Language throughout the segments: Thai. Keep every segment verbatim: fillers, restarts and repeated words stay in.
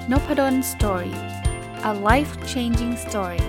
Nopadon Story. A life-changing story.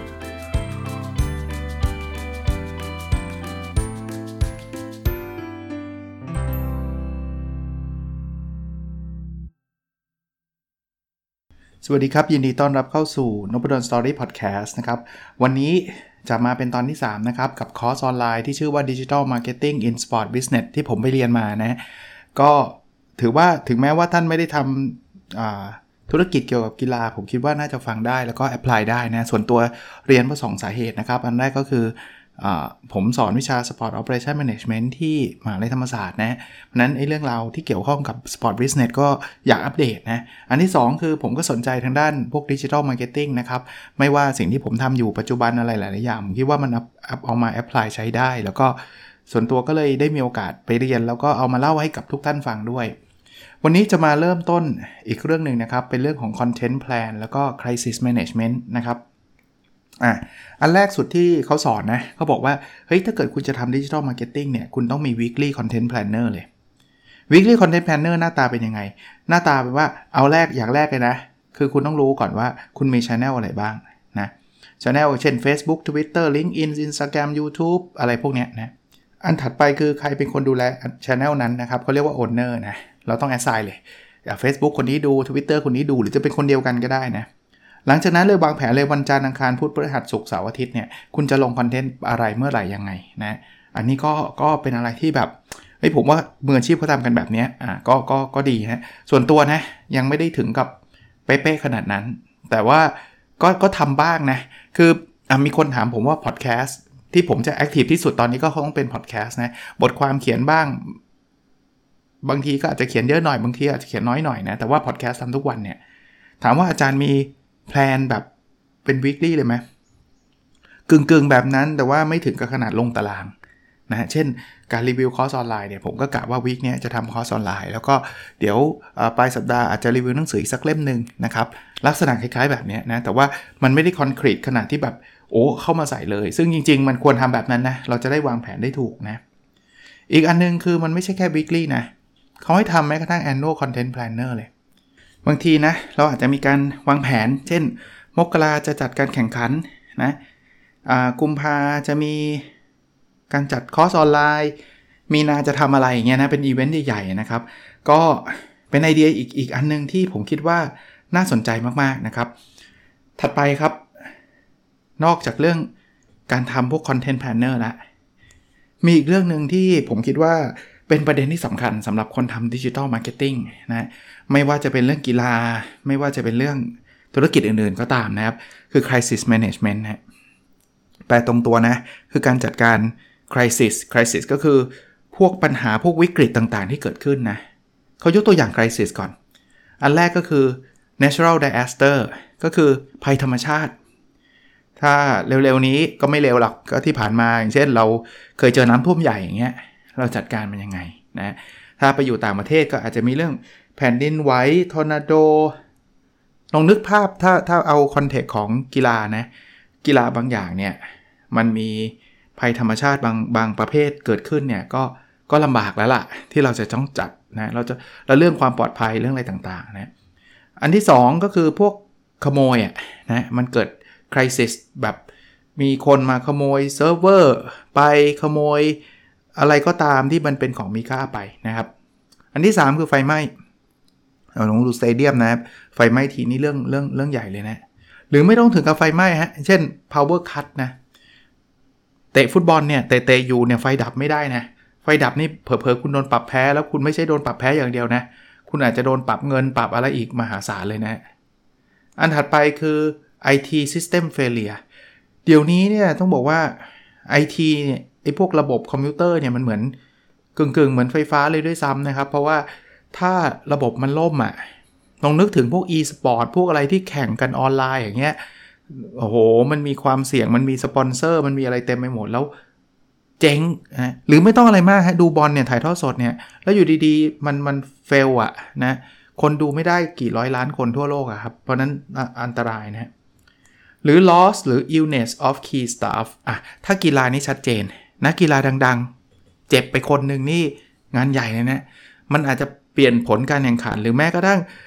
สวัสดีครับยินดีต้อนรับเข้าสู่ Nopadon Story Podcast นะครับวันนี้จะมาเป็นตอนที่สามนะครับกับคอร์สออนไลน์ที่ชื่อว่า Digital Marketing in Sport Business ที่ผมไปเรียนมานะก็ถือว่าถึงแม้ว่าท่านไม่ได้ทำธุรกิจเกี่ยวกับกีฬาผมคิดว่าน่าจะฟังได้แล้วก็แอพพลายได้นะส่วนตัวเรียนเพราะสองสาเหตุนะครับอันแรกก็คือผมสอนวิชา Sport Operation Management ที่มหาวิทยาลัยธรรมศาสตร์นะเพราะนั้นไอ้เรื่องราวที่เกี่ยวข้องกับ Sport Business ก็อยากอัปเดตนะอันที่สองคือผมก็สนใจทางด้านพวก Digital Marketing นะครับไม่ว่าสิ่งที่ผมทำอยู่ปัจจุบันอะไรหลายๆอย่างผมคิดว่ามันเอามาแอพพลายใช้ได้แล้วก็ส่วนตัวก็เลยได้มีโอกาสไปเรียนแล้วก็เอามาเล่าให้กับทุกท่านฟังด้วยวันนี้จะมาเริ่มต้นอีกเรื่องนึงนะครับเป็นเรื่องของ Content Plan แล้วก็ Crisis Management นะครับอ่ะอันแรกสุดที่เขาสอนนะเขาบอกว่าเฮ้ยถ้าเกิดคุณจะทำ Digital Marketing เนี่ยคุณต้องมี Weekly Content Planner เลย Weekly Content Planner หน้าตาเป็นยังไงหน้าตาเป็นว่าเอาแรกอย่างแรกเลยนะคือคุณต้องรู้ก่อนว่าคุณมี Channel อะไรบ้างนะ Channel เช่น Facebook Twitter LinkedIn Instagram YouTube อะไรพวกเนี้ยนะอันถัดไปคือใครเป็นคนดูแล Channel นั้นนะครับเขาเรียกว่า Owner นะเราต้อง assign เลยอย่าง Facebook คนนี้ดู Twitter คนนี้ดูหรือจะเป็นคนเดียวกันก็ได้นะหลังจากนั้นเลยวางแผนเลยวันจันทร์อังคารพุธพฤหัสศุกร์เสาร์อาทิตย์เนี่ยคุณจะลงคอนเทนต์อะไรเมื่อไหร่ยังไงนะอันนี้ก็ก็เป็นอะไรที่แบบเฮ้ยผมว่ามืออาชีพเขาทำกันแบบนี้อ่าก็ก็ก็ดีฮะส่วนตัวนะยังไม่ได้ถึงกับเป๊ะๆขนาดนั้นแต่ว่าก็ก็ทำบ้างนะคืออ่ะมีคนถามผมว่าพอดแคสต์ที่ผมจะแอคทีฟที่สุดตอนนี้ก็คงเป็นพอดแคสต์นะบทความเขียนบ้างบางทีก็อาจจะเขียนเยอะหน่อยบางทีอาจจะเขียนน้อยหน่อยนะแต่ว่าพอดแคสต์ทำทุกวันเนี่ยถามว่าอาจารย์มีแพลนแบบเป็น weekly เลยไหมกึ่งๆแบบนั้นแต่ว่าไม่ถึงกับขนาดลงตารางนะเช่นการรีวิวคอร์สออนไลน์เนี่ยผมก็กะว่าวีคนี้จะทำคอร์สออนไลน์แล้วก็เดี๋ยวปลายสัปดาห์อาจจะรีวิวหนังสืออีกสักเล่มนึงนะครับลักษณะคล้ายๆแบบนี้นะแต่ว่ามันไม่ได้คอนกรีตขนาดที่แบบโอ้เข้ามาใส่เลยซึ่งจริงๆมันควรทำแบบนั้นนะเราจะได้วางแผนได้ถูกนะอีกอันนึงคือมันไม่ใช่แค่ weekly นะเขาให้ทำแม้กระทั่ง annual content planner เลยบางทีนะเราอาจจะมีการวางแผนเช่นมกราจะจัดการแข่งขันนะอ่ากุมภาจะมีการจัดคอร์สออนไลน์มีนาจะทำอะไรอย่างเงี้ยนะเป็นอีเวนต์ใหญ่ๆนะครับก็เป็นไอเดียอีกอีกอันนึงที่ผมคิดว่าน่าสนใจมากๆนะครับถัดไปครับนอกจากเรื่องการทำพวก Content Planner แล้วมีอีกเรื่องนึงที่ผมคิดว่าเป็นประเด็นที่สำคัญสำหรับคนทำ Digital Marketing นะไม่ว่าจะเป็นเรื่องกีฬาไม่ว่าจะเป็นเรื่องธุรกิจอื่นๆก็ตามนะครับคือ Crisis Management นะแปลตรงตัวนะคือการจัดการ Crisis Crisis ก็คือพวกปัญหาพวกวิกฤตต่างๆที่เกิดขึ้นนะเขายกตัวอย่าง Crisis ก่อนอันแรกก็คือ Natural Disaster ก็คือภัยธรรมชาติถ้าเร็วๆนี้ก็ไม่เร็วหรอกก็ที่ผ่านมาอย่างเช่นเราเคยเจอน้ำท่วมใหญ่อย่างเงี้ยเราจัดการมันยังไงนะถ้าไปอยู่ต่างประเทศก็อาจจะมีเรื่องแผ่นดินไหวทอร์นาโดลองนึกภาพถ้าถ้าเอาคอนเทกต์ของกีฬานะกีฬาบางอย่างเนี่ยมันมีภัยธรรมชาติบางบางประเภทเกิดขึ้นเนี่ยก็ก็ลำบากแล้วล่ะที่เราจะต้องจัดนะเราจะแล้วเรื่องความปลอดภัยเรื่องอะไรต่างๆนะอันที่สองก็คือพวกขโมยอ่ะนะมันเกิด crisis แบบมีคนมาขโมยเซิร์ฟเวอร์ไปขโมยอะไรก็ตามที่มันเป็นของมีค่าไปนะครับอันที่สามคือไฟไหม้เราลองดูสเตเดียมนะครับไฟไหม้ทีนี้เรื่องเรื่องเรื่องใหญ่เลยนะหรือไม่ต้องถึงกับไฟไหม้ฮะเช่น power cut นะเตะฟุตบอลเนี่ยเตะๆอยู่เนี่ยไฟดับไม่ได้นะไฟดับนี่เผลอๆคุณโดนปรับแพ้แล้วคุณไม่ใช่โดนปรับแพ้อย่างเดียวนะคุณอาจจะโดนปรับเงินปรับอะไรอีกมหาศาลเลยนะอันถัดไปคือ ไอ ที system failure เดี๋ยวนี้เนี่ยต้องบอกว่า ไอ ที เนี่ยไอ้พวกระบบคอมพิวเตอร์เนี่ยมันเหมือนกึ่งๆเหมือนไฟฟ้าเลยด้วยซ้ำนะครับเพราะว่าถ้าระบบมันล่มอ่ะลองนึกถึงพวก e-sport พวกอะไรที่แข่งกันออนไลน์อย่างเงี้ยโอ้โหมันมีความเสี่ยงมันมีสปอนเซอร์มันมีอะไรเต็มไปหมดแล้วเจ๊งนะหรือไม่ต้องอะไรมากฮะดูบอลเนี่ยถ่ายทอดสดเนี่ยแล้วอยู่ดีๆมันมันเฟลอ่ะนะคนดูไม่ได้กี่ร้อยล้านคนทั่วโลกอะครับเพราะนั้นอันตรายนะหรือ loss หรือ illness of key staff อ่ะถ้ากีฬานี่ชัดเจนนักกีฬาดังๆเจ็บไปคนนึงนี่งานใหญ่เลยนะมันอาจจะเปลี่ยนผลการแข่งขันหรือแม้กระทั่ง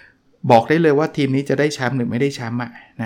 บอกได้เลยว่าทีมนี้จะได้แชมป์หรือไม่ได้แชมป์อ่ะนะ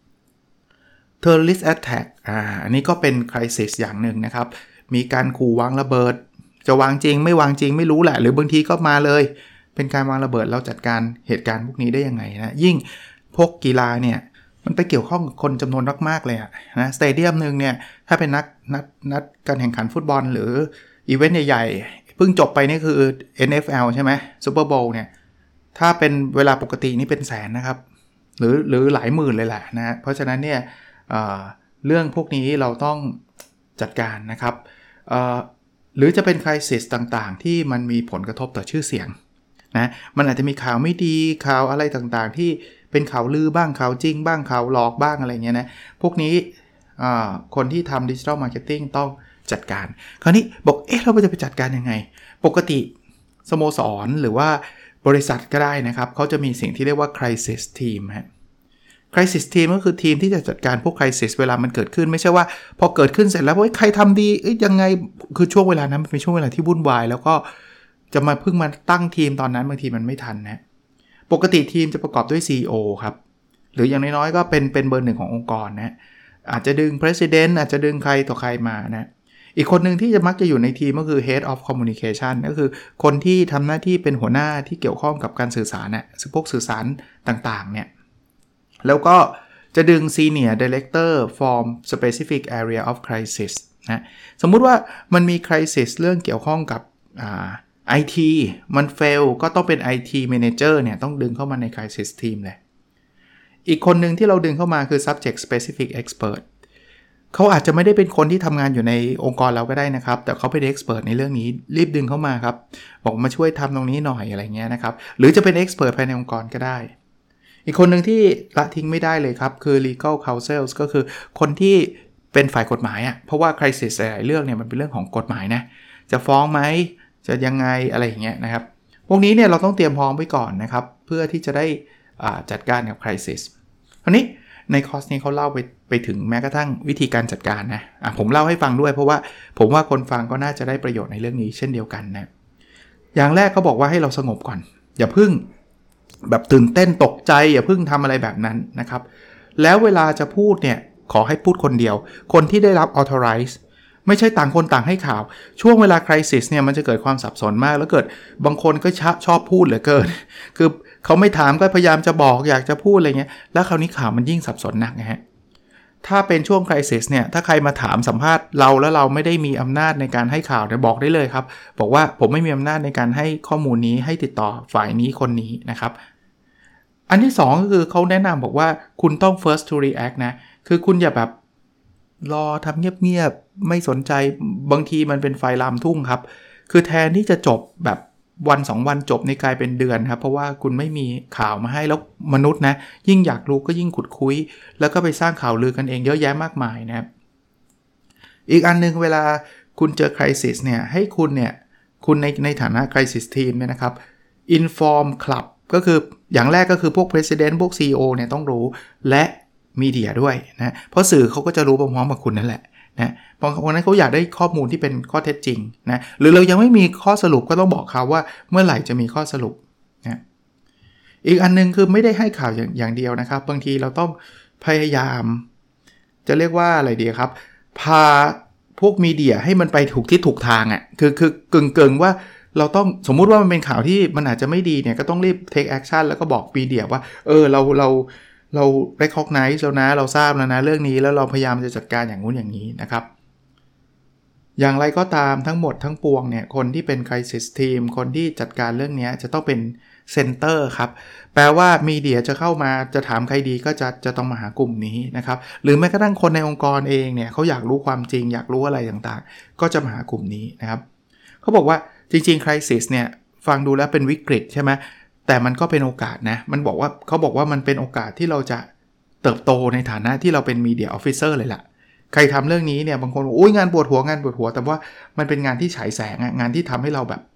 terrorist attack อ่าอันนี้ก็เป็น crisis อย่างหนึ่งนะครับมีการขู่วางระเบิดจะวางจริงไม่วางจริงไม่รู้แหละหรือบางทีก็มาเลยเป็นการวางระเบิดเราจัดการเหตุการณ์พวกนี้ได้ยังไงนะยิ่งพวกกีฬาเนี่ยมันไปเกี่ยวข้องกับคนจำนวนมากๆเลยอะนะสเตเดียมนึงเนี่ยถ้าเป็นนักนัดนัดการแข่งขันฟุตบอลหรืออีเวนต์ใหญ่ๆเพิ่งจบไปนี่คือ เอ็น เอฟ แอล ใช่ไหมซูเปอร์โบว์เนี่ยถ้าเป็นเวลาปกตินี่เป็นแสนนะครับหรือหรือหลายหมื่นเลยแหละนะเพราะฉะนั้นเนี่ย เอ่อ เรื่องพวกนี้เราต้องจัดการนะครับหรือจะเป็น crisis ต่างๆที่มันมีผลกระทบต่อชื่อเสียงนะมันอาจจะมีข่าวไม่ดีข่าวอะไรต่างๆที่เป็นข่าวลือบ้างข่าวจริงบ้างข่าวหลอกบ้างอะไรเงี้ยนะพวกนี้คนที่ทำ Digital Marketing ต้องจัดการคราวนี้บอกเอ๊ะเราจะไปจัดการยังไงปกติสโมสรหรือว่าบริษัทก็ได้นะครับเขาจะมีสิ่งที่เรียกว่า crisis team ฮะ crisis team ก็คือทีมที่จะจัดการพวก crisis เวลามันเกิดขึ้นไม่ใช่ว่าพอเกิดขึ้นเสร็จแล้วเฮ้ยใครทำดีเอ้ยยังไงคือช่วงเวลานั้นมันเป็นช่วงเวลาที่วุ่นวายแล้วก็จะมาเพิ่งมาตั้งทีมตอนนั้นบางทีมันไม่ทันนะปกติทีมจะประกอบด้วย ซี อี โอ ครับหรืออย่างน้อยๆก็เป็นเป็นเบอร์หนึ่งขององค์กรนะอาจจะดึง president อาจจะดึงใครต่อใครมานะอีกคนหนึ่งที่จะมักจะอยู่ในทีมก็คือ head of communication ก็คือคนที่ทำหน้าที่เป็นหัวหน้าที่เกี่ยวข้องกับการสื่อสารนะพวกสื่อสารต่างๆเนี่ยแล้วก็จะดึง senior director from specific area of crisis นะสมมุติว่ามันมี crisis เรื่องเกี่ยวข้องกับอ่า ไอ ที มัน fail ก็ต้องเป็น ไอ ที manager เนี่ยต้องดึงเข้ามาใน crisis team เลยอีกคนหนึ่งที่เราดึงเข้ามาคือ subject specific expert เขาอาจจะไม่ได้เป็นคนที่ทำงานอยู่ในองค์กรเราก็ได้นะครับแต่เขาเป็น expert ในเรื่องนี้รีบดึงเข้ามาครับบอกมาช่วยทำตรงนี้หน่อยอะไรเงี้ยนะครับหรือจะเป็น expert ภายในองค์กรก็ได้อีกคนหนึ่งที่ละทิ้งไม่ได้เลยครับคือ legal counsel ก็คือคนที่เป็นฝ่ายกฎหมายอ่ะเพราะว่า crisis หลายเรื่องเนี่ยมันเป็นเรื่องของกฎหมายนะจะฟ้องไหมจะยังไงอะไรอย่างเงี้ยนะครับพวกนี้เนี่ยเราต้องเตรียมพร้อมไว้ก่อนนะครับเพื่อที่จะได้จัดการกับ crisis คราวนี้ในคอร์สนี้เขาเล่าไปไปถึงแม้กระทั่งวิธีการจัดการนะะผมเล่าให้ฟังด้วยเพราะว่าผมว่าคนฟังก็น่าจะได้ประโยชน์ในเรื่องนี้เช่นเดียวกันนะอย่างแรกเขาบอกว่าให้เราสงบก่อนอย่าพึ่งแบบตื่นเต้นตกใจอย่าพึ่งทำอะไรแบบนั้นนะครับแล้วเวลาจะพูดเนี่ยขอให้พูดคนเดียวคนที่ได้รับ authorize ไม่ใช่ต่างคนต่างให้ข่าวช่วงเวลา crisis เนี่ยมันจะเกิดความสับสนมากแล้วเกิดบางคนก็ชอบพูดเหลือเกินคือเขาไม่ถามก็พยายามจะบอกอยากจะพูดอะไรเงี้ยแล้วคราวนี้ข่าวมันยิ่งสับสนหนักนะฮะถ้าเป็นช่วง crisis เนี่ยถ้าใครมาถามสัมภาษณ์เราแล้วเราไม่ได้มีอำนาจในการให้ข่าวเนี่ยบอกได้เลยครับบอกว่าผมไม่มีอำนาจในการให้ข้อมูลนี้ให้ติดต่อฝ่ายนี้คนนี้นะครับอันที่สองก็คือเขาแนะนำบอกว่าคุณต้อง first to react นะคือคุณอย่าแบบรอทำเงียบๆไม่สนใจบางทีมันเป็นไฟลามทุ่งครับคือแทนที่จะจบแบบวันสองวันจบในกลายเป็นเดือนครับเพราะว่าคุณไม่มีข่าวมาให้แล้วมนุษย์นะยิ่งอยากรู้ก็ยิ่งขุดคุยแล้วก็ไปสร้างข่าวลือกันเองเยอะแยะมากมายนะครับอีกอันนึงเวลาคุณเจอ crisis เนี่ยให้คุณเนี่ยคุณในในฐานะ crisis team เนี่ยนะครับ inform club ก็คืออย่างแรกก็คือพวก president พวก ซี อี โอ เนี่ยต้องรู้และมีเดียด้วยนะเพราะสื่อเขาก็จะรู้พร้อมๆกับคุณนั่นแหละนะบางคนนั้นเขาอยากได้ข้อมูลที่เป็นข้อเท็จจริงนะหรือเรายังไม่มีข้อสรุปก็ต้องบอกเขาว่าเมื่อไหร่จะมีข้อสรุปนะอีกอันนึงคือไม่ได้ให้ข่าวอย่างอย่างเดียวนะครับบางทีเราต้องพยายามจะเรียกว่าอะไรดีครับพาพวกมีเดียให้มันไปถูกที่ถูกทางอ่ะคือคือกึ่งๆว่าเราต้องสมมุติว่ามันเป็นข่าวที่มันอาจจะไม่ดีเนี่ยก็ต้องรีบ take action แล้วก็บอกมีเดียว่าเออเราเราเรา recognize แล้วนะเราทราบแล้วนะเรื่องนี้แล้วเราพยายามจะจัดการอย่างงู้นอย่างนี้นะครับอย่างไรก็ตามทั้งหมดทั้งปวงเนี่ยคนที่เป็น crisis team คนที่จัดการเรื่องนี้จะต้องเป็น center ครับแปลว่ามีเดียจะเข้ามาจะถามใครดีก็จะจะต้องมาหากลุ่มนี้นะครับหรือแม้กระทั่งคนในองค์กรเองเนี่ยเขาอยากรู้ความจริงอยากรู้อะไรต่างๆก็จะมาหากลุ่มนี้นะครับเขาบอกว่าจริงๆ crisis เนี่ยฟังดูแล้วเป็นวิกฤตใช่ไหมแต่มันก็เป็นโอกาสนะมันบอกว่าเขาบอกว่ามันเป็นโอกาสที่เราจะเติบโตในฐานะที่เราเป็นมีเดียออฟฟิเซอร์เลยล่ะใครทำเรื่องนี้เนี่ยบางคนบอกอุ้ยงานปวดหัวงานปวดหัวแต่ว่ามันเป็นงานที่ฉายแสงงานที่ทำให้เราแบบ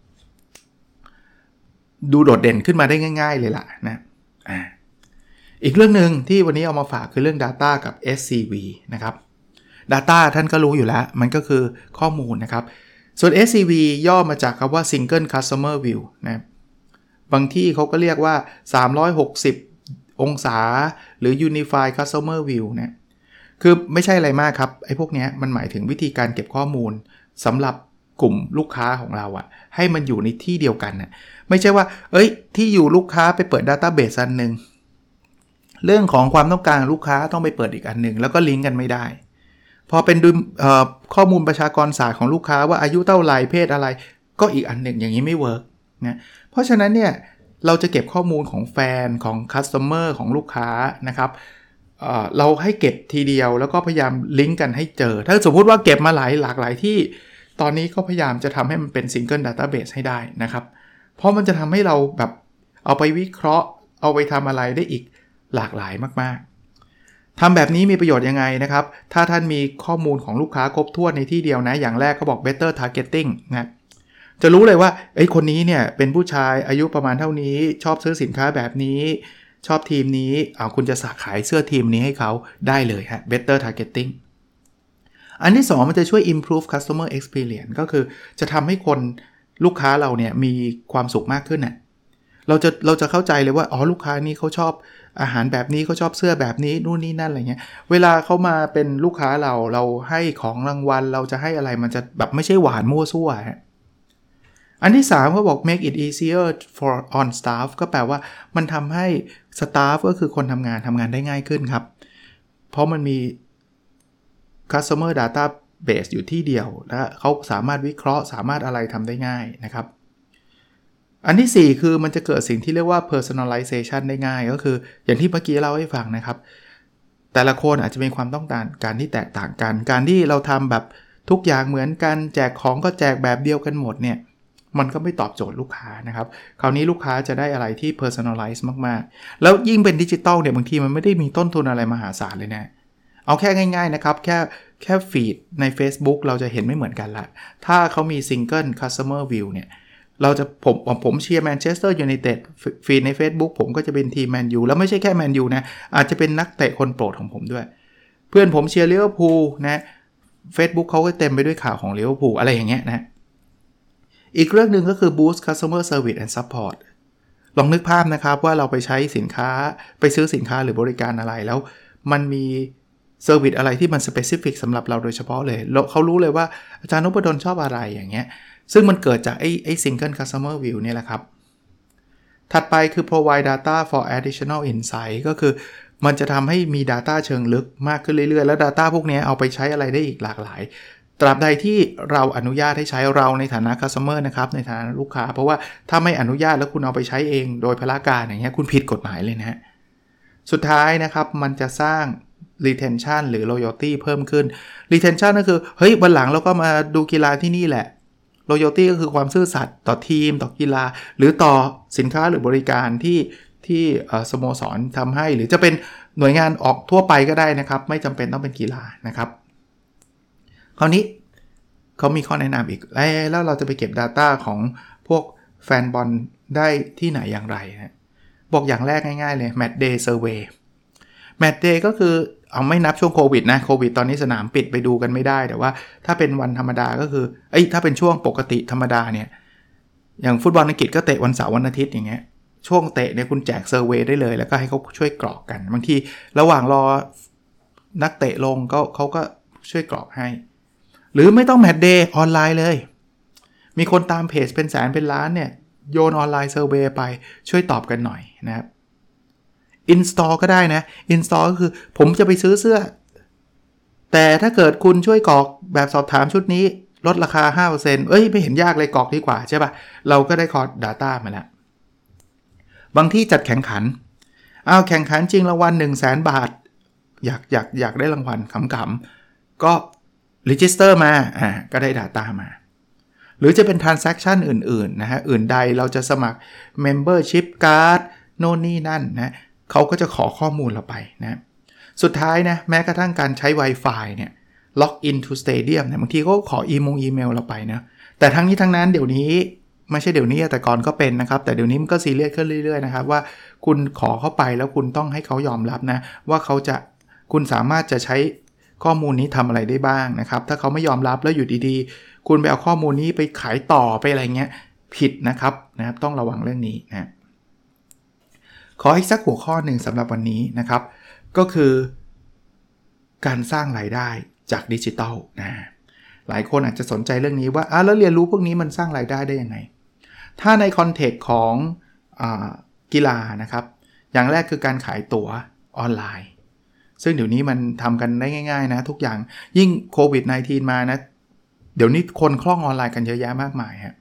ดูโดดเด่นขึ้นมาได้ง่ายๆเลยล่ะนะอ่าอีกเรื่องนึงที่วันนี้เอามาฝากคือเรื่อง Data กับ เอส ซี วี นะครับ Data ท่านก็รู้อยู่แล้วมันก็คือข้อมูลนะครับส่วน เอส ซี วี ย่อมาจากคำว่า Single Customer View นะบางที่เขาก็เรียกว่าสามร้อยหกสิบองศาหรือ Unified Customer View นะคือไม่ใช่อะไรมากครับไอ้พวกนี้มันหมายถึงวิธีการเก็บข้อมูลสำหรับกลุ่มลูกค้าของเราอะให้มันอยู่ในที่เดียวกันนะไม่ใช่ว่าเอ้ยที่อยู่ลูกค้าไปเปิด Database อันนึงเรื่องของความต้องการลูกค้าต้องไปเปิดอีกอันนึงแล้วก็ลิงก์กันไม่ได้พอเป็นดูข้อมูลประชากรศาสตร์ของลูกค้าว่าอายุเท่าไหร่เพศอะไรก็อีกอันนึงอย่างนี้ไม่เวิร์กนะเพราะฉะนั้นเนี่ยเราจะเก็บข้อมูลของแฟนของคัสเตอร์ของลูกค้านะครับเอ่อเราให้เก็บทีเดียวแล้วก็พยายามลิงก์กันให้เจอถ้าสมมุติว่าเก็บมาหลายหลากหลายที่ตอนนี้ก็พยายามจะทำให้มันเป็น Single Database ให้ได้นะครับเพราะมันจะทำให้เราแบบเอาไปวิเคราะห์เอาไปทำอะไรได้อีกหลากหลายมากๆทำแบบนี้มีประโยชน์ยังไงนะครับถ้าท่านมีข้อมูลของลูกค้าครบถ้วนในที่เดียวนะอย่างแรกเขาบอก better targeting นะจะรู้เลยว่าไอ้คนนี้เนี่ยเป็นผู้ชายอายุประมาณเท่านี้ชอบซื้อสินค้าแบบนี้ชอบทีมนี้เอาคุณจะขายเสื้อทีมนี้ให้เขาได้เลยฮะ better targeting อันที่สองมันจะช่วย improve customer experience ก็คือจะทำให้คนลูกค้าเราเนี่ยมีความสุขมากขึ้นน่ะเราจะเราจะเข้าใจเลยว่าอ๋อลูกค้านี้เขาชอบอาหารแบบนี้เขาชอบเสื้อแบบนี้นู่นนี่นั่นอะไรเงี้ยเวลาเขามาเป็นลูกค้าเราเราให้ของรางวัลเราจะให้อะไรมันจะแบบไม่ใช่หวานมั่วซั่วฮะอันที่สามเขาบอก make it easier for on staff ก็แปลว่ามันทำให้ staff ก็คือคนทำงานทำงานได้ง่ายขึ้นครับเพราะมันมี customer database อยู่ที่เดียวและเขาสามารถวิเคราะห์สามารถอะไรทำได้ง่ายนะครับอันที่สี่คือมันจะเกิดสิ่งที่เรียกว่า personalization ได้ง่ายก็คืออย่างที่เมื่อกี้เล่าให้ฟังนะครับแต่ละคนอาจจะมีความต้องการการที่แตกต่างกันการที่เราทำแบบทุกอย่างเหมือนกันแจกของก็แจกแบบเดียวกันหมดเนี่ยมันก็ไม่ตอบโจทย์ลูกค้านะครับคราวนี้ลูกค้าจะได้อะไรที่ personalize มากๆแล้วยิ่งเป็นดิจิตอลเนี่ยบางทีมันไม่ได้มีต้นทุนอะไรมหาศาลเลยนะเอาแค่ง่ายๆนะครับแค่แค่ฟีดใน Facebook เราจะเห็นไม่เหมือนกันละถ้าเขามี Single Customer View เนี่ยเราจะผมผมเชียร์แมนเชสเตอร์ยูไนเต็ดฟีดใน Facebook ผมก็จะเป็นทีมแมนยูแล้วไม่ใช่แค่แมนยูนะอาจจะเป็นนักเตะคนโปรดของผมด้วยเพื่อนผมเชียร์ลิเวอร์พูลนะ Facebook เขาก็เต็มไปด้วยข่าวของลิเวอร์พูลอะไรอย่างเงี้ยนะอีกเรื่องนึงก็คือ boost customer service and support ลองนึกภาพนะครับว่าเราไปใช้สินค้าไปซื้อสินค้าหรือบริการอะไรแล้วมันมีเซอร์วิสอะไรที่มัน specific สำหรับเราโดยเฉพาะเลยเขารู้เลยว่าอาจารย์นพดลชอบอะไรอย่างเงี้ยซึ่งมันเกิดจากไอ้ไอ้ single customer view นี่แหละครับถัดไปคือ provide data for additional insight ก็คือมันจะทำให้มี data เชิงลึกมากขึ้นเรื่อยๆแล้ว data พวกนี้เอาไปใช้อะไรได้อีกหลากหลายตราบใดที่เราอนุญาตให้ใช้เราในฐานะ customer นะครับในฐานะลูกค้าเพราะว่าถ้าไม่อนุญาตแล้วคุณเอาไปใช้เองโดยพลการอย่างเงี้ยคุณผิดกฎหมายเลยนะฮะสุดท้ายนะครับมันจะสร้าง retention หรือ loyalty เพิ่มขึ้น retention ก็คือเฮ้ยวันหลังเราก็มาดูกีฬาที่นี่แหละ loyalty ก็คือความซื่อสัตย์ต่อทีมต่อกีฬาหรือต่อสินค้าหรือบริการที่ที่สโมสรทำให้หรือจะเป็นหน่วยงานออกทั่วไปก็ได้นะครับไม่จำเป็นต้องเป็นกีฬานะครับคราวนี้เขามีข้อแนะนำอีกแล้วเราจะไปเก็บ data ของพวกแฟนบอลได้ที่ไหนอย่างไรนะบอกอย่างแรกง่ายๆเลย Match Day Survey Match Day ก็คือเอาไม่นับช่วงโควิดนะโควิดตอนนี้สนามปิดไปดูกันไม่ได้แต่ว่าถ้าเป็นวันธรรมดาก็คือเอ้ยถ้าเป็นช่วงปกติธรรมดาเนี่ยอย่างฟุตบอลอังกฤษก็เตะวันเสาร์วันอาทิตย์อย่างเงี้ยช่วงเตะเนี่ยคุณแจกเซอร์เวย์ได้เลยแล้วก็ให้เขาช่วยกรอกกันบางทีระหว่างรอนักเตะลงก็เขาก็ช่วยกรอกให้หรือไม่ต้องแมตช์เดย์ออนไลน์เลยมีคนตามเพจเป็นแสนเป็นล้านเนี่ยโยนออนไลน์เซอร์เวย์ไปช่วยตอบกันหน่อยนะครับ install ก็ได้นะ install ก็คือผมจะไปซื้อเสื้อแต่ถ้าเกิดคุณช่วยกรอกแบบสอบถามชุดนี้ลดราคา ห้าเปอร์เซ็นต์ เอ้ยไม่เห็นยากเลยกรอกดีกว่าใช่ป่ะเราก็ได้คอร์ด data มาแล้วบางที่จัดแข่งขันเอาแข่งขันจริงรางวัล หนึ่งแสน บาทอยากอยากอยากได้รางวัลขำๆก็ register มาอ่าก็ได้ data มาหรือจะเป็น transaction อื่นๆนะฮะอื่นใดเราจะสมัคร membership card โน่นนี่นั่นนะเขาก็จะขอข้อมูลเราไปนะสุดท้ายนะแม้กระทั่งการใช้ Wi-Fi เนี่ย log in to stadium เนี่ยบางทีก็ขออีมงอีเมลเราไปนะแต่ทั้งนี้ทั้งนั้นเดี๋ยวนี้ไม่ใช่เดี๋ยวนี้แต่ก่อนก็เป็นนะครับแต่เดี๋ยวนี้มันก็ซีเรียสขึ้นเรื่อยๆนะครับว่าคุณขอเข้าไปแล้วคุณต้องให้เขายอมรับนะว่าเขาจะคุณสามารถจะใช้ข้อมูลนี้ทำอะไรได้บ้างนะครับถ้าเขาไม่ยอมรับแล้วอยู่ดีๆคุณไปเอาข้อมูลนี้ไปขายต่อไปอะไรเงี้ยผิดนะครับนะครับต้องระวังเรื่องนี้นะขออีกสักหัวข้อหนึ่งสำหรับวันนี้นะครับก็คือการสร้างรายได้จากดิจิทัลนะหลายคนอาจจะสนใจเรื่องนี้ว่าอ่ะแล้วเรียนรู้พวกนี้มันสร้างรายได้ได้ยังไงถ้าในคอนเทกต์ของอ่ากีฬานะครับอย่างแรกคือการขายตั๋วออนไลน์ซึ่งเดี๋ยวนี้มันทำกันได้ง่ายๆนะทุกอย่างยิ่งโควิด สิบเก้า มานะเดี๋ยวนี้คนคล่องออนไลน์กันเยอะแยะมากมายฮะ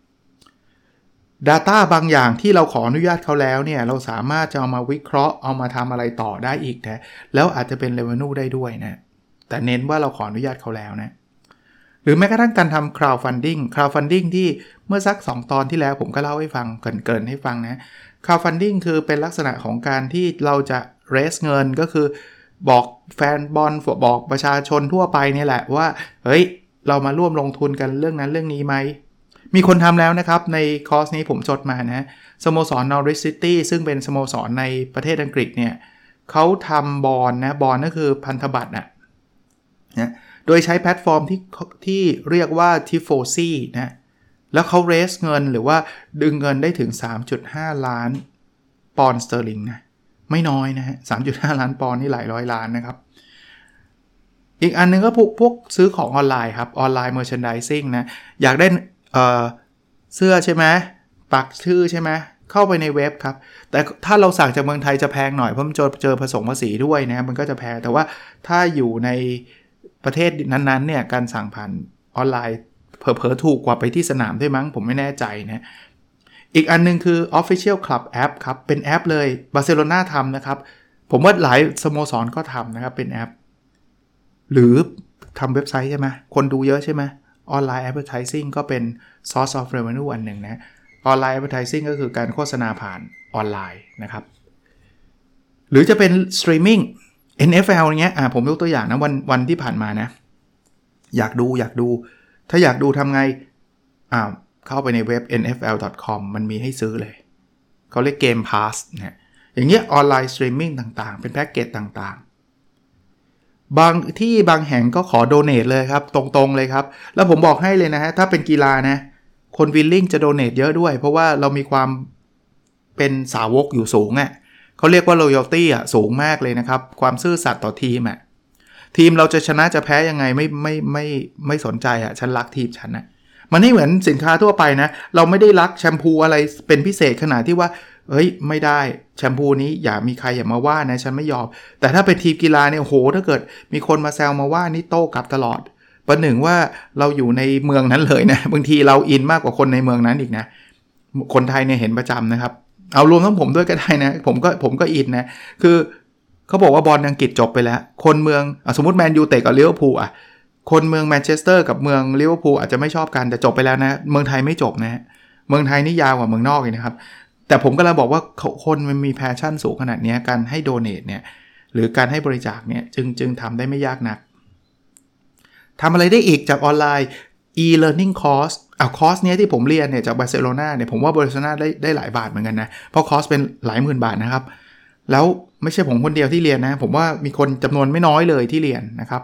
data บางอย่างที่เราขออนุญาตเขาแล้วเนี่ยเราสามารถจะเอามาวิเคราะห์เอามาทำอะไรต่อได้อีกนะแล้วอาจจะเป็น revenue ได้ด้วยนะแต่เน้นว่าเราขออนุญาตเขาแล้วนะหรือแม้กระทั่งการทำ crowdfunding crowdfunding ที่เมื่อสักสองตอนที่แล้วผมก็เล่าให้ฟังเกริ่นๆให้ฟังนะ crowdfunding คือเป็นลักษณะของการที่เราจะ raise เงินก็คือบอกแฟนบอลบอกประชาชนทั่วไปนี่แหละว่าเฮ้ยเรามาร่วมลงทุนกันเรื่องนั้นเรื่องนี้ไหมมีคนทำแล้วนะครับในคอร์สนี้ผมจดมานะสโมสร Norwich City ซึ่งเป็นสโมสรในประเทศอังกฤษเนี่ยเขาทำบอนนะบอนก็คือพันธบัตรนะนะโดยใช้แพลตฟอร์มที่ที่เรียกว่า Tifosi นะแล้วเขา raise เงินหรือว่าดึงเงินได้ถึง สามจุดห้า ล้านปอนด์สเตอร์ลิงนะไม่น้อยนะฮะ สามจุดห้า ล้านปอนด์นี่หลายร้อยล้านนะครับอีกอันนึงก็พวกพวกซื้อของออนไลน์ครับออนไลน์ merchandising นะอยากได้เอ่อเสื้อใช่ไหมปักชื่อใช่ไหมเข้าไปในเว็บครับแต่ถ้าเราสั่งจากเมืองไทยจะแพงหน่อยเพราะมันเจอเจอผสมภาษีด้วยนะมันก็จะแพงแต่ว่าถ้าอยู่ในประเทศนั้นๆเนี่ยการสั่งผ่านออนไลน์เผลอๆถูกกว่าไปที่สนามด้วยมั้งผมไม่แน่ใจนะอีกอันนึงคือ Official Club App ครับเป็นแอปเลยบาร์เซโลนาทำนะครับผมว่าหลายสโมสรก็ทำนะครับเป็นแอปหรือทำเว็บไซต์ใช่ไหมคนดูเยอะใช่ไหมออนไลน์ Advertising ก็เป็น Source of Revenue อันหนึ่งนะออนไลน์ Advertising ก็คือการโฆษณาผ่านออนไลน์นะครับหรือจะเป็น Streaming เอ็น เอฟ แอล เงี้ยอ่ะผมยกตัวอย่างนะวันวันที่ผ่านมานะอยากดูอยากดูถ้าอยากดูทำไงอ่าเข้าไปในเว็บ เอ็น เอฟ แอล ดอท คอม มันมีให้ซื้อเลยเขาเรียก Game Pass นะอย่างเงี้ยออนไลน์ Streaming ต่างๆเป็นแพ็กเกจต่างๆบางที่บางแห่งก็ขอโดเนทเลยครับตรงๆเลยครับแล้วผมบอกให้เลยนะฮะถ้าเป็นกีฬานะคนวิลลิ่งจะโดเนทเยอะด้วยเพราะว่าเรามีความเป็นสาวกอยู่สูงอ่ะเขาเรียกว่า loyalty อ่ะสูงมากเลยนะครับความซื่อสัตย์ต่อทีมอ่ะทีมเราจะชนะจะแพ้ยังไงไม่ไม่ไม่ไม่สนใจอ่ะฉันรักทีมฉันนะมันไม่เหมือนสินค้าทั่วไปนะเราไม่ได้รักแชมพูอะไรเป็นพิเศษขนาดที่ว่าเฮ้ยไม่ได้แชมพูนี้อย่ามีใครอย่ามาว่านะฉันไม่ยอมแต่ถ้าเป็นทีมกีฬาเนี่ยโหถ้าเกิดมีคนมาแซวมาว่านี่โต้กลับตลอดประหนึ่งว่าเราอยู่ในเมืองนั้นเลยนะบางทีเราอินมากกว่าคนในเมืองนั้นอีกนะคนไทยเนี่ยเห็นประจำนะครับเอารวมทั้งผมด้วยก็ได้นะผมก็ผมก็อินนะคือเขาบอกว่าบอลอังกฤษจบไปแล้วคนเมืองอ่ะสมมุติแมนยูเตะกับลิเวอร์พูลอ่ะคนเมืองแมนเชสเตอร์กับเมืองลิเวอร์พูลอาจจะไม่ชอบกันแต่จบไปแล้วนะเมืองไทยไม่จบนะเมืองไทยนี่ยาวกว่าเมืองนอกอีกนะครับแต่ผมก็เลยบอกว่าคนมันมีแพชชั่นสูงขนาดนี้การให้โดเนทเนี่ยหรือการให้บริจาคเนี่ยจึงจึงทำได้ไม่ยากนักทำอะไรได้อีกจากออนไลน์ e-learning course อ่ะคอร์สเนี้ยที่ผมเรียนเนี่ยจากบาร์เซโลนาเนี่ยผมว่าบาร์เซโลนาได้ได้หลายบาทเหมือนกันนะเพราะคอร์สเป็นหลายหมื่นบาทนะครับแล้วไม่ใช่ผมคนเดียวที่เรียนนะผมว่ามีคนจำนวนไม่น้อยเลยที่เรียนนะครับ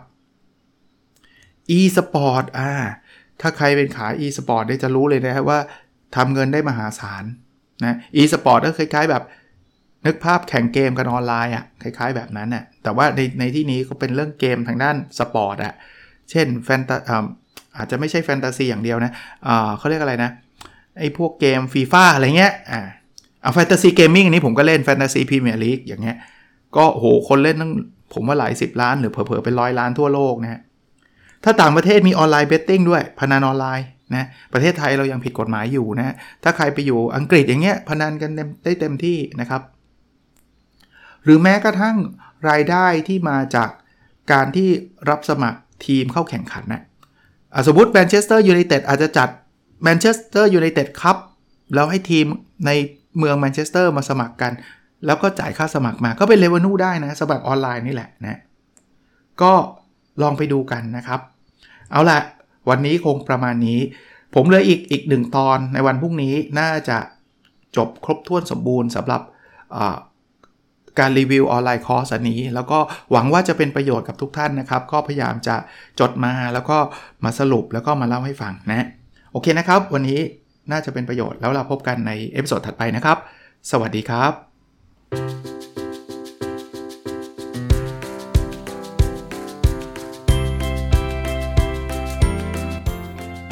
e-sport อ่าถ้าใครเป็นขาย e-sport ได้จะรู้เลยนะครับว่าทำเงินได้มหาศาลนะ e-sport ก็คล้ายๆแบบนึกภาพแข่งเกมกันออนไลน์อ่ะคล้ายๆแบบนั้นน่ะแต่ว่าในในที่นี้ก็เป็นเรื่องเกมทางด้านสปอร์ตอ่ะเช่นแฟนตาอ่าอาจจะไม่ใช่แฟนตาซีอย่างเดียวนะอ่าเขาเรียกอะไรนะไอ้พวกเกม FIFA อะไรเงี้ยอ่าเอาแฟนตาซีเกมมิ่งอันนี้ผมก็เล่นแฟนตาซีพรีเมียร์ลีกอย่างเงี้ยก็โหคนเล่นตั้งผมว่าหลายสิบล้านหรือเผลอๆเป็นร้อยล้านทั่วโลกนะฮะถ้าต่างประเทศมีออนไลน์เบตติ้งด้วยพนันออนไลน์นะประเทศไทยเรายังผิดกฎหมายอยู่นะถ้าใครไปอยู่อังกฤษอย่างเงี้ยพนันกันได้เต็มที่นะครับหรือแม้กระทั่งรายได้ที่มาจากการที่รับสมัครทีมเข้าแข่งขันนะสมมุติแมนเชสเตอร์ยูไนเต็ดอาจจะจัดแมนเชสเตอร์ยูไนเต็ดครับแล้วให้ทีมในเมืองแมนเชสเตอร์มาสมัครกันแล้วก็จ่ายค่าสมัครมาก็เป็นเรเวนูได้นะสมัครออนไลน์นี่แหละนะก็ลองไปดูกันนะครับเอาล่ะวันนี้คงประมาณนี้ผมเหลืออีกอีกหนึ่งตอนในวันพรุ่งนี้น่าจะจบครบถ้วนสมบูรณ์สำหรับการรีวิวออนไลน์คอร์สอันนี้แล้วก็หวังว่าจะเป็นประโยชน์กับทุกท่านนะครับก็พยายามจะจดมาแล้วก็มาสรุปแล้วก็มาเล่าให้ฟังนะโอเคนะครับวันนี้น่าจะเป็นประโยชน์แล้วเราพบกันในเอพิโซดถัดไปนะครับสวัสดีครับ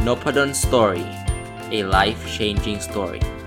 Nopadon Story. A life-changing story.